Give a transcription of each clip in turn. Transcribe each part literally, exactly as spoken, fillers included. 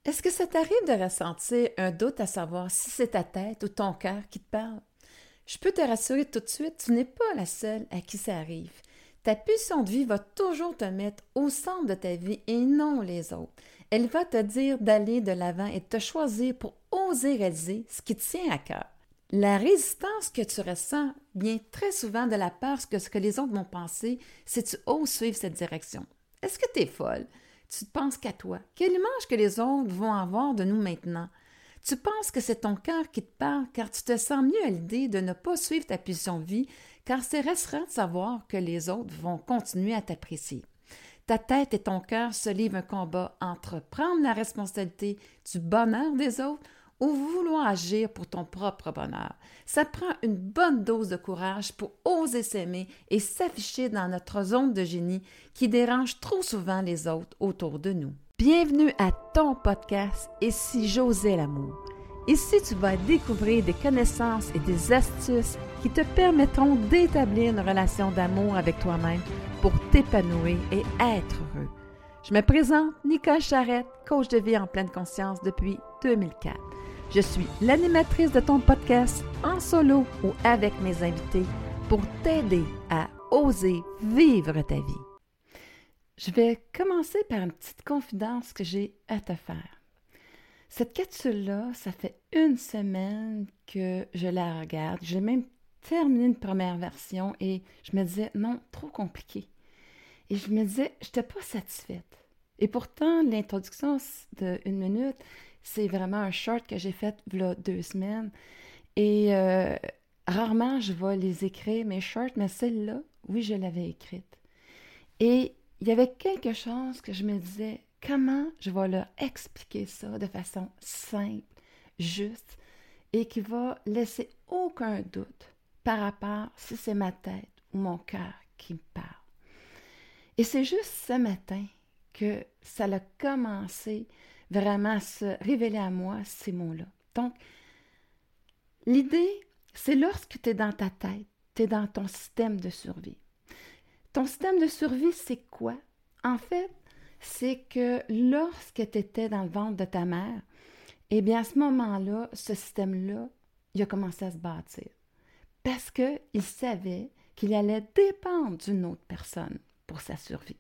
Est-ce que ça t'arrive de ressentir un doute à savoir si c'est ta tête ou ton cœur qui te parle? Je peux te rassurer tout de suite, tu n'es pas la seule à qui ça arrive. Ta pulsion de vie va toujours te mettre au centre de ta vie et non les autres. Elle va te dire d'aller de l'avant et de te choisir pour oser réaliser ce qui te tient à cœur. La résistance que tu ressens vient très souvent de la peur que ce que les autres vont penser si tu oses suivre cette direction. Est-ce que tu es folle? Tu penses qu'à toi. Quelle image que les autres vont avoir de nous maintenant? Tu penses que c'est ton cœur qui te parle car tu te sens mieux à l'idée de ne pas suivre ta pulsion de vie car c'est rassurant de savoir que les autres vont continuer à t'apprécier. Ta tête et ton cœur se livrent un combat entre prendre la responsabilité du bonheur des autres ou vouloir agir pour ton propre bonheur. Ça prend une bonne dose de courage pour oser s'aimer et s'afficher dans notre zone de génie qui dérange trop souvent les autres autour de nous. Bienvenue à ton podcast « Et si j'osais l'amour ». Ici, tu vas découvrir des connaissances et des astuces qui te permettront d'établir une relation d'amour avec toi-même pour t'épanouir et être heureux. Je me présente Nicole Charrette, coach de vie en pleine conscience depuis deux mille quatre. Je suis l'animatrice de ton podcast en solo ou avec mes invités pour t'aider à oser vivre ta vie. Je vais commencer par une petite confidence que j'ai à te faire. Cette capsule-là, ça fait une semaine que je la regarde. J'ai même terminé une première version et je me disais, non, trop compliqué. Et je me disais, je n'étais pas satisfaite. Et pourtant, l'introduction d'une minute, c'est vraiment un short que j'ai fait il y a deux semaines. Et euh, rarement, je vais les écrire, mes shorts, mais celle-là, oui, je l'avais écrite. Et il y avait quelque chose que je me disais, comment je vais leur expliquer ça de façon simple, juste, et qui va laisser aucun doute par rapport si c'est ma tête ou mon cœur qui me parle. Et c'est juste ce matin que ça a commencé vraiment à se révéler à moi, ces mots-là. Donc, l'idée, c'est lorsque tu es dans ta tête, tu es dans ton système de survie. Ton système de survie, c'est quoi? En fait, c'est que lorsque tu étais dans le ventre de ta mère, eh bien, à ce moment-là, ce système-là, il a commencé à se bâtir. Parce qu'il savait qu'il allait dépendre d'une autre personne pour sa survie.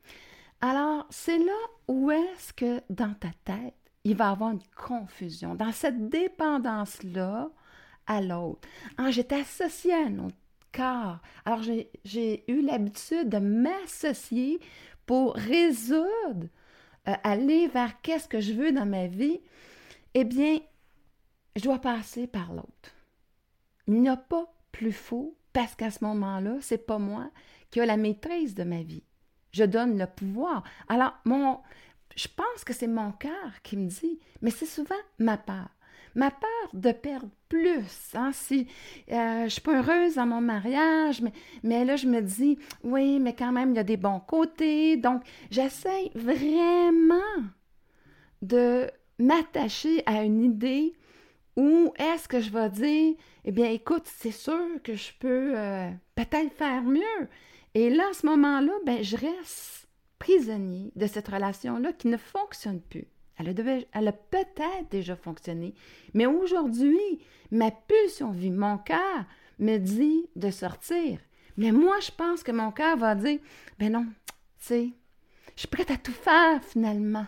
Alors, c'est là où est-ce que dans ta tête, il va y avoir une confusion. Dans cette dépendance-là à l'autre. Alors, j'étais associée à un autre corps. Alors, j'ai, j'ai eu l'habitude de m'associer pour résoudre, euh, aller vers qu'est-ce que je veux dans ma vie. Eh bien, je dois passer par l'autre. Il n'y a pas plus faux parce qu'à ce moment-là, c'est pas moi qui ai la maîtrise de ma vie. Je donne le pouvoir. Alors, mon, je pense que c'est mon cœur qui me dit, mais c'est souvent ma peur. Ma peur de perdre plus. Hein, si euh, je ne suis pas heureuse dans mon mariage, mais, mais là, je me dis, oui, mais quand même, il y a des bons côtés. Donc, j'essaie vraiment de m'attacher à une idée où est-ce que je vais dire, eh bien, écoute, c'est sûr que je peux euh, peut-être faire mieux. Et là, à ce moment-là, ben, je reste prisonnier de cette relation-là qui ne fonctionne plus. Elle a, devait, elle a peut-être déjà fonctionné, mais aujourd'hui, ma pulsion de vie, mon cœur me dit de sortir. Mais moi, je pense que mon cœur va dire, ben non, tu sais, je suis prête à tout faire finalement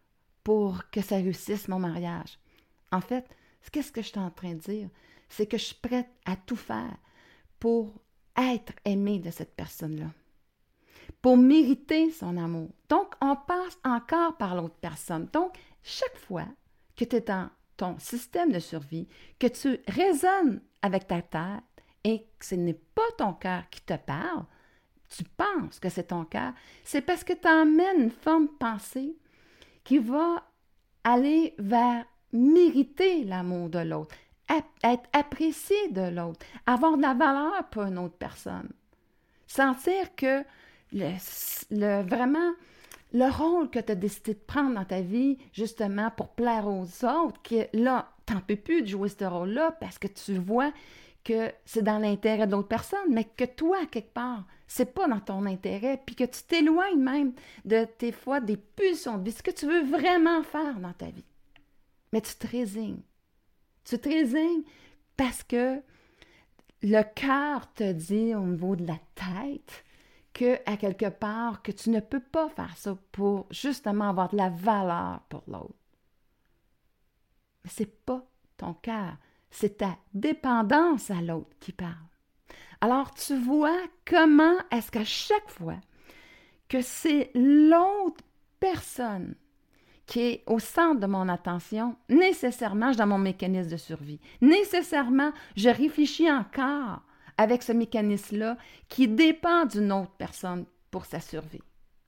pour que ça réussisse mon mariage. En fait, qu'est-ce que je suis en train de dire? C'est que je suis prête à tout faire pour être aimée de cette personne-là, pour mériter son amour. Donc, on passe encore par l'autre personne. Donc, chaque fois que tu es dans ton système de survie, que tu résonnes avec ta tête et que ce n'est pas ton cœur qui te parle, tu penses que c'est ton cœur, c'est parce que tu emmènes une forme de pensée qui va aller vers mériter l'amour de l'autre, être apprécié de l'autre, avoir de la valeur pour une autre personne. Sentir que le, le, vraiment le rôle que tu as décidé de prendre dans ta vie, justement pour plaire aux autres, que là, tu n'en peux plus de jouer ce rôle-là parce que tu vois que c'est dans l'intérêt d'autres personnes, mais que toi, quelque part, c'est pas dans ton intérêt, puis que tu t'éloignes même de tes fois des pulsions de vie, ce que tu veux vraiment faire dans ta vie. Mais tu te résignes. Tu te résignes parce que le cœur te dit au niveau de la tête que, à quelque part, que tu ne peux pas faire ça pour justement avoir de la valeur pour l'autre. Mais c'est pas ton cœur, c'est ta dépendance à l'autre qui parle. Alors, tu vois comment est-ce qu'à chaque fois que c'est l'autre personne qui est au centre de mon attention, nécessairement, je suis dans mon mécanisme de survie. Nécessairement, je réfléchis encore avec ce mécanisme-là qui dépend d'une autre personne pour sa survie.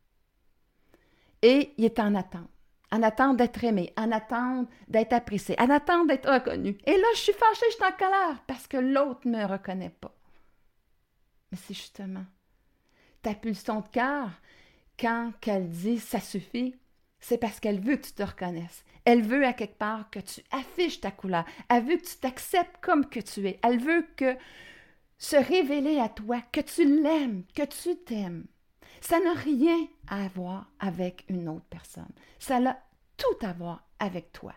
Et il est en attente. En attente d'être aimé, en attente d'être apprécié, en attente d'être reconnu. Et là, je suis fâchée, je suis en colère parce que l'autre ne me reconnaît pas. Mais c'est justement ta pulsion de cœur, quand elle dit « ça suffit », c'est parce qu'elle veut que tu te reconnaisses. Elle veut à quelque part que tu affiches ta couleur. Elle veut que tu t'acceptes comme que tu es. Elle veut que se révéler à toi, que tu l'aimes, que tu t'aimes. Ça n'a rien à voir avec une autre personne. Ça a tout à voir avec toi.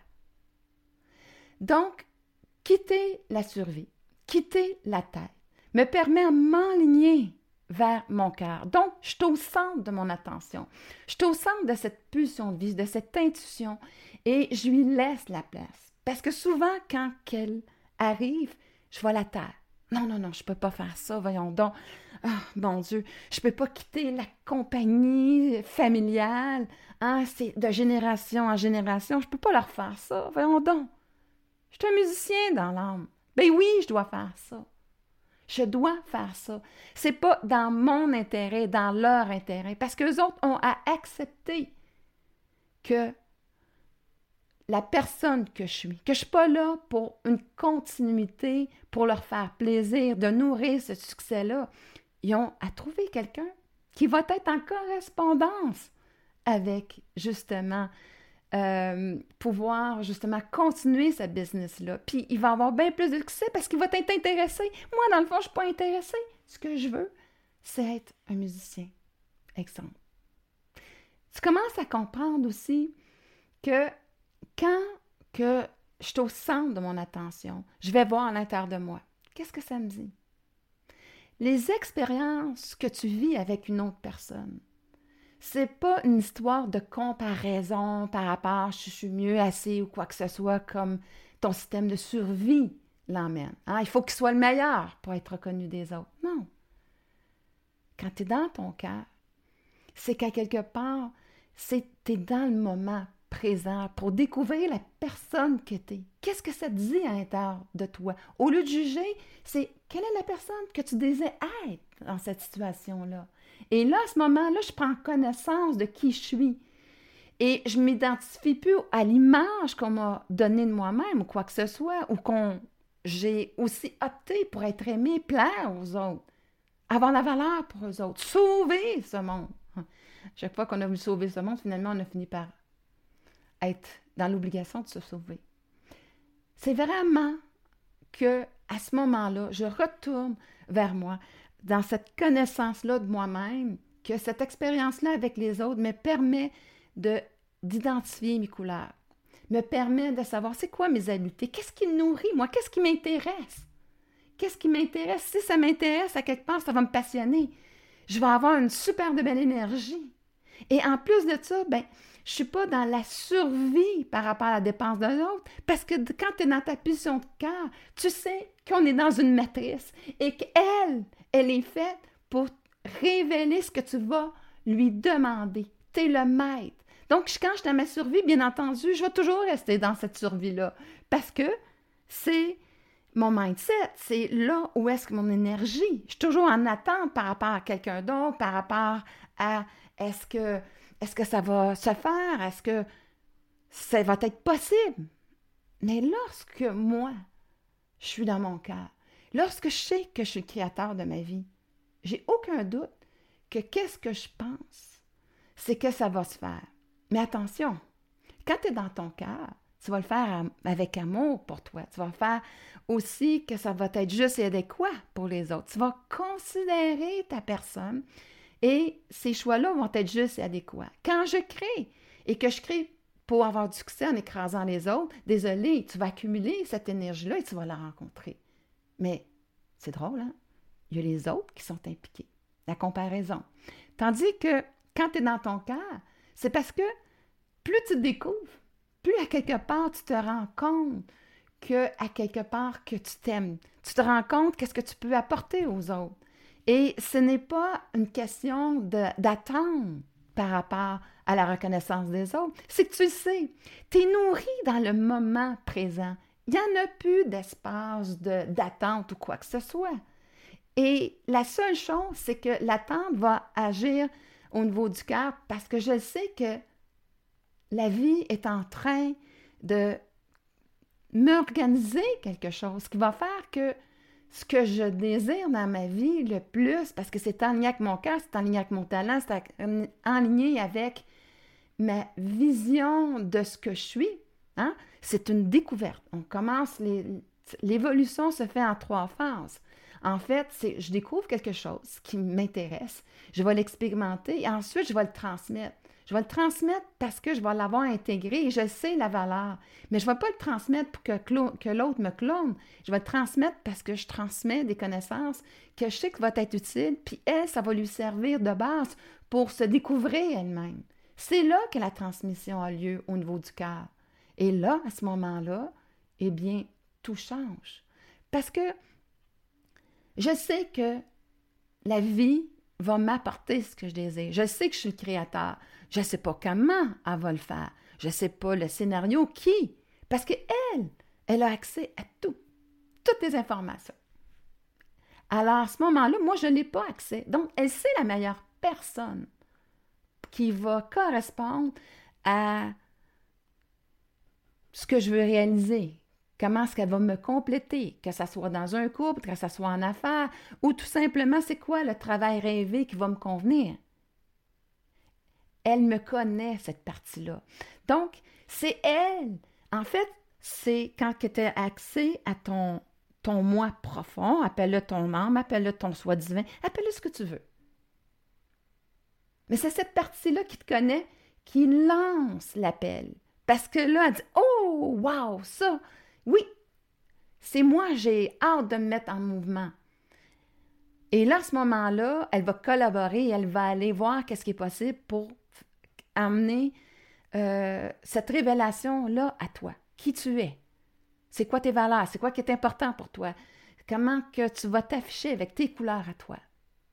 Donc, quitter la survie, quitter la tête, me permet de m'enligner vers mon cœur. Donc, je suis au centre de mon attention. Je suis au centre de cette pulsion de vie, de cette intuition, et je lui laisse la place. Parce que souvent, quand elle arrive, je vois la terre. Non, non, non, je ne peux pas faire ça, voyons donc. Ah, mon Dieu, je ne peux pas quitter la compagnie familiale. Hein, c'est de génération en génération. Je ne peux pas leur faire ça, voyons donc. Je suis un musicien dans l'âme. Ben oui, je dois faire ça. Je dois faire ça. C'est pas dans mon intérêt, dans leur intérêt, parce qu'eux autres ont à accepter que la personne que je suis, que je ne suis pas là pour une continuité, pour leur faire plaisir, de nourrir ce succès-là. Ils ont à trouver quelqu'un qui va être en correspondance avec, justement, euh, pouvoir, justement, continuer ce business-là. Puis, il va avoir bien plus de succès parce qu'il va être intéressé. Moi, dans le fond, je ne suis pas intéressée. Ce que je veux, c'est être un musicien. Exemple. Tu commences à comprendre aussi que quand que je suis au centre de mon attention, je vais voir à l'intérieur de moi. Qu'est-ce que ça me dit? Les expériences que tu vis avec une autre personne, c'est pas une histoire de comparaison par rapport à je suis mieux, assez ou quoi que ce soit, comme ton système de survie l'emmène. Hein? Il faut qu'il soit le meilleur pour être reconnu des autres. Non. Quand tu es dans ton cœur, c'est qu'à quelque part, c'est tu es dans le moment présent pour découvrir la personne que tu es. Qu'est-ce que ça te dit à l'intérieur de toi? Au lieu de juger, c'est quelle est la personne que tu désires être dans cette situation-là? Et là, à ce moment-là, je prends connaissance de qui je suis. Et je ne m'identifie plus à l'image qu'on m'a donnée de moi-même ou quoi que ce soit, ou qu'on j'ai aussi opté pour être aimé, plaire aux autres, avoir la valeur pour eux autres, sauver ce monde. Chaque fois qu'on a voulu sauver ce monde, finalement, on a fini par être dans l'obligation de se sauver. C'est vraiment que à ce moment-là, je retourne vers moi, dans cette connaissance-là de moi-même, que cette expérience-là avec les autres me permet de, d'identifier mes couleurs, me permet de savoir c'est quoi mes habiletés, qu'est-ce qui me nourrit, moi, qu'est-ce qui m'intéresse. Qu'est-ce qui m'intéresse? Si ça m'intéresse, à quelque part, ça va me passionner. Je vais avoir une super de belle énergie. Et en plus de ça, ben, je ne suis pas dans la survie par rapport à la dépense de l'autre, parce que quand tu es dans ta position de cœur, tu sais qu'on est dans une matrice et qu'elle, elle est faite pour révéler ce que tu vas lui demander. Tu es le maître. Donc, quand je suis dans ma survie, bien entendu, je vais toujours rester dans cette survie-là, parce que c'est mon mindset, c'est là où est-ce que mon énergie. Je suis toujours en attente par rapport à quelqu'un d'autre, par rapport à est-ce que, est-ce que ça va se faire, est-ce que ça va être possible. Mais lorsque moi, je suis dans mon cœur, lorsque je sais que je suis le créateur de ma vie, j'ai aucun doute que qu'est-ce que je pense, c'est que ça va se faire. Mais attention, quand tu es dans ton cœur, Tu vas le faire avec amour pour toi. Tu vas faire aussi que ça va être juste et adéquat pour les autres. Tu vas considérer ta personne et ces choix-là vont être justes et adéquats. Quand je crée et que je crée pour avoir du succès en écrasant les autres, désolé, tu vas accumuler cette énergie-là et tu vas la rencontrer. Mais c'est drôle, hein? Il y a les autres qui sont impliqués. La comparaison. Tandis que quand tu es dans ton cœur, c'est parce que plus tu te découvres, plus à quelque part tu te rends compte que à quelque part que tu t'aimes. Tu te rends compte qu'est-ce que tu peux apporter aux autres. Et ce n'est pas une question de, d'attendre par rapport à la reconnaissance des autres. C'est que tu le sais, tu es nourri dans le moment présent. Il n'y en a plus d'espace de, d'attente ou quoi que ce soit. Et la seule chose, c'est que l'attente va agir au niveau du cœur parce que je sais que la vie est en train de m'organiser quelque chose qui va faire que ce que je désire dans ma vie le plus, parce que c'est en lien avec mon cœur, c'est en lien avec mon talent, c'est en lien avec ma vision de ce que je suis, hein? C'est une découverte. On commence, les, l'évolution se fait en trois phases. En fait, c'est, je découvre quelque chose qui m'intéresse, je vais l'expérimenter et ensuite je vais le transmettre. Je vais le transmettre parce que je vais l'avoir intégré et je sais la valeur. Mais je ne vais pas le transmettre pour que, clo- que l'autre me clone. Je vais le transmettre parce que je transmets des connaissances que je sais que vont être utiles, puis elle, ça va lui servir de base pour se découvrir elle-même. C'est là que la transmission a lieu au niveau du cœur. Et là, à ce moment-là, eh bien, tout change. Parce que je sais que la vie va m'apporter ce que je désire. Je sais que je suis le créateur. Je ne sais pas comment elle va le faire. Je ne sais pas le scénario qui. Parce qu'elle, elle a accès à tout, toutes les informations. Alors, à ce moment-là, moi, je n'ai pas accès. Donc, elle sait la meilleure personne qui va correspondre à ce que je veux réaliser. Comment est-ce qu'elle va me compléter, que ce soit dans un couple, que ce soit en affaires, ou tout simplement, c'est quoi le travail rêvé qui va me convenir? Elle me connaît, cette partie-là. Donc, c'est elle. En fait, c'est quand tu as accès à ton, ton moi profond, appelle-le ton âme, appelle-le ton soi divin, appelle-le ce que tu veux. Mais c'est cette partie-là qui te connaît qui lance l'appel. Parce que là, elle dit « Oh, wow, ça! Oui, c'est moi, j'ai hâte de me mettre en mouvement. » Et là, à ce moment-là, elle va collaborer et elle va aller voir qu'est-ce qui est possible pour amener euh, cette révélation-là à toi. Qui tu es? C'est quoi tes valeurs? C'est quoi qui est important pour toi? Comment que tu vas t'afficher avec tes couleurs à toi?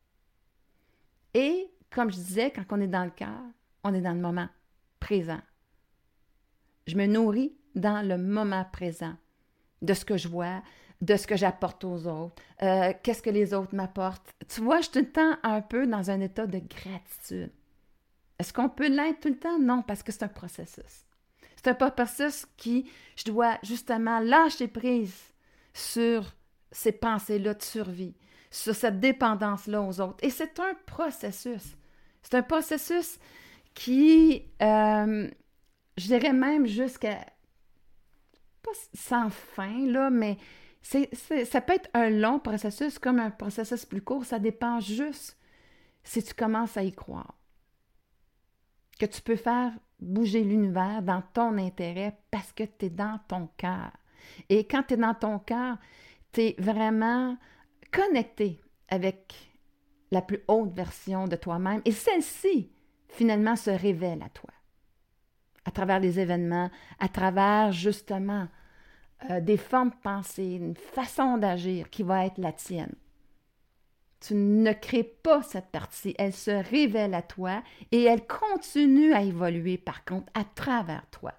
Et, comme je disais, quand on est dans le cœur, on est dans le moment présent. Je me nourris dans le moment présent de ce que je vois, de ce que j'apporte aux autres, euh, qu'est-ce que les autres m'apportent. Tu vois, je suis tout le temps un peu dans un état de gratitude. Est-ce qu'on peut l'être tout le temps? Non, parce que c'est un processus. C'est un processus qui, je dois justement lâcher prise sur ces pensées-là de survie, sur cette dépendance-là aux autres. Et c'est un processus. C'est un processus qui, euh, je dirais même jusqu'à, pas sans fin, là, mais c'est, c'est, ça peut être un long processus comme un processus plus court. Ça dépend juste si tu commences à y croire. Que tu peux faire bouger l'univers dans ton intérêt parce que tu es dans ton cœur. Et quand tu es dans ton cœur, tu es vraiment connecté avec la plus haute version de toi-même et celle-ci, finalement, se révèle à toi. À travers les événements, à travers, justement, euh, des formes de pensée, une façon d'agir qui va être la tienne. Tu ne crées pas cette partie, elle se révèle à toi et elle continue à évoluer, par contre, à travers toi.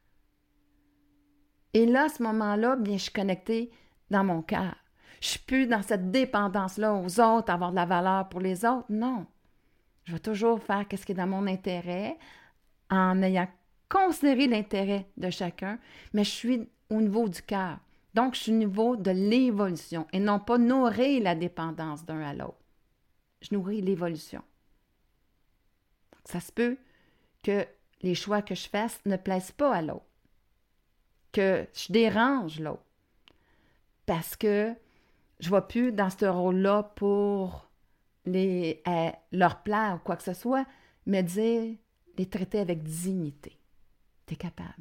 Et là, à ce moment-là, bien, je suis connectée dans mon cœur. Je ne suis plus dans cette dépendance-là aux autres, avoir de la valeur pour les autres. Non. Je vais toujours faire ce qui est dans mon intérêt en ayant considéré l'intérêt de chacun, mais je suis au niveau du cœur. Donc, je suis au niveau de l'évolution et non pas nourrir la dépendance d'un à l'autre. Je nourris l'évolution. Donc, ça se peut que les choix que je fasse ne plaisent pas à l'autre. que je dérange l'autre. Parce que je ne vais plus dans ce rôle-là pour les, euh, leur plaire ou quoi que ce soit, mais dire, les traiter avec dignité. Tu es capable.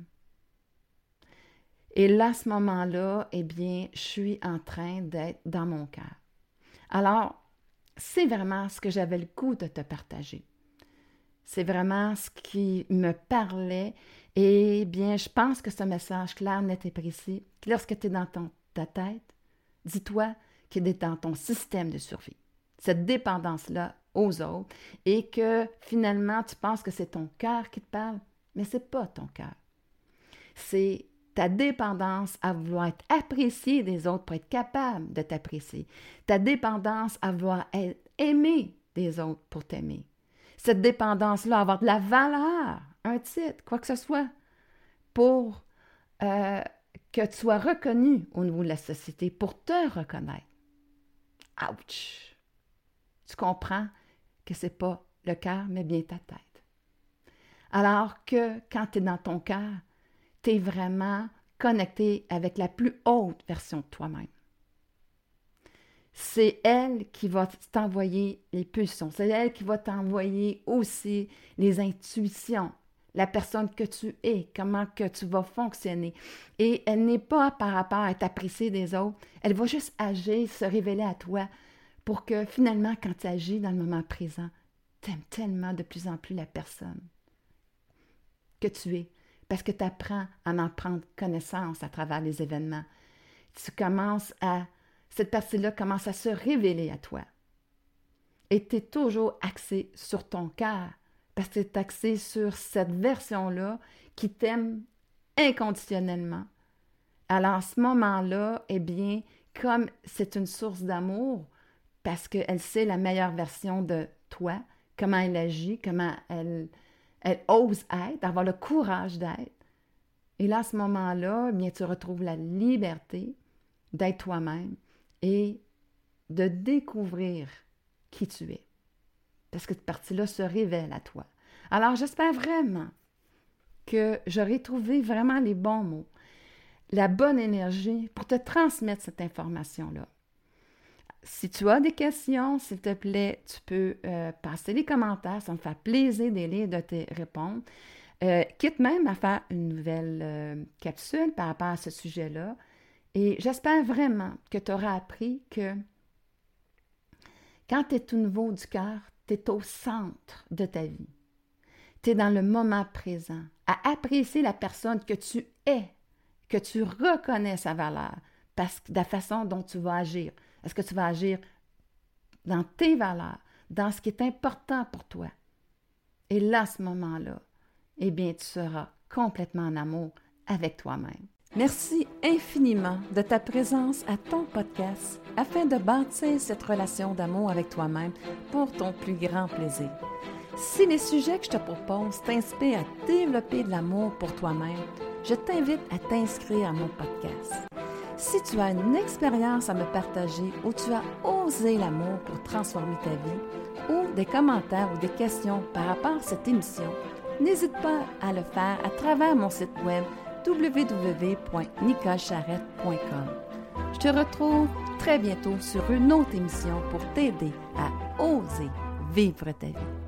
Et là, à ce moment-là, eh bien, je suis en train d'être dans mon cœur. Alors, c'est vraiment ce que j'avais le goût de te partager. C'est vraiment ce qui me parlait. Et bien, je pense que ce message clair, net et précis, lorsque tu es dans ton, ta tête, dis-toi qu'il est dans ton système de survie. Cette dépendance-là aux autres et que finalement, tu penses que c'est ton cœur qui te parle, mais ce n'est pas ton cœur. C'est ta dépendance à vouloir être apprécié des autres pour être capable de t'apprécier. Ta dépendance à vouloir être aimé des autres pour t'aimer. Cette dépendance-là, avoir de la valeur, un titre, quoi que ce soit, pour euh, que tu sois reconnu au niveau de la société, pour te reconnaître. Ouch! Tu comprends que ce n'est pas le cœur, mais bien ta tête. Alors que quand tu es dans ton cœur, tu es vraiment connecté avec la plus haute version de toi-même. C'est elle qui va t'envoyer les pulsions. C'est elle qui va t'envoyer aussi les intuitions, la personne que tu es, comment que tu vas fonctionner. Et elle n'est pas par rapport à être appréciée des autres. Elle va juste agir, se révéler à toi pour que finalement, quand tu agis dans le moment présent, tu aimes tellement de plus en plus la personne que tu es. Parce que tu apprends à en prendre connaissance à travers les événements. Tu commences à... Cette partie-là commence à se révéler à toi. Et tu es toujours axé sur ton cœur, parce que tu es axé sur cette version-là qui t'aime inconditionnellement. Alors, à ce moment-là, eh bien, comme c'est une source d'amour, parce qu'elle sait la meilleure version de toi, comment elle agit, comment elle, elle ose être, avoir le courage d'être. Et là, à ce moment-là, eh bien, tu retrouves la liberté d'être toi-même et de découvrir qui tu es. Parce que cette partie-là se révèle à toi. Alors, j'espère vraiment que j'aurai trouvé vraiment les bons mots, la bonne énergie pour te transmettre cette information-là. Si tu as des questions, s'il te plaît, tu peux euh, passer les commentaires. Ça me fait plaisir de lire, de te répondre. Euh, quitte même à faire une nouvelle euh, capsule par rapport à ce sujet-là. Et j'espère vraiment que tu auras appris que quand tu es tout nouveau du cœur, tu es au centre de ta vie. Tu es dans le moment présent, à apprécier la personne que tu es, que tu reconnais sa valeur, parce que de la façon dont tu vas agir. Est-ce que tu vas agir dans tes valeurs, dans ce qui est important pour toi? Et là, à ce moment-là, eh bien, tu seras complètement en amour avec toi-même. Merci infiniment de ta présence à ton podcast afin de bâtir cette relation d'amour avec toi-même pour ton plus grand plaisir. Si les sujets que je te propose t'inspirent à développer de l'amour pour toi-même, je t'invite à t'inscrire à mon podcast. Si tu as une expérience à me partager où tu as osé l'amour pour transformer ta vie, ou des commentaires ou des questions par rapport à cette émission, n'hésite pas à le faire à travers mon site web w w w point nicole charrette point com. Je te retrouve très bientôt sur une autre émission pour t'aider à oser vivre ta vie.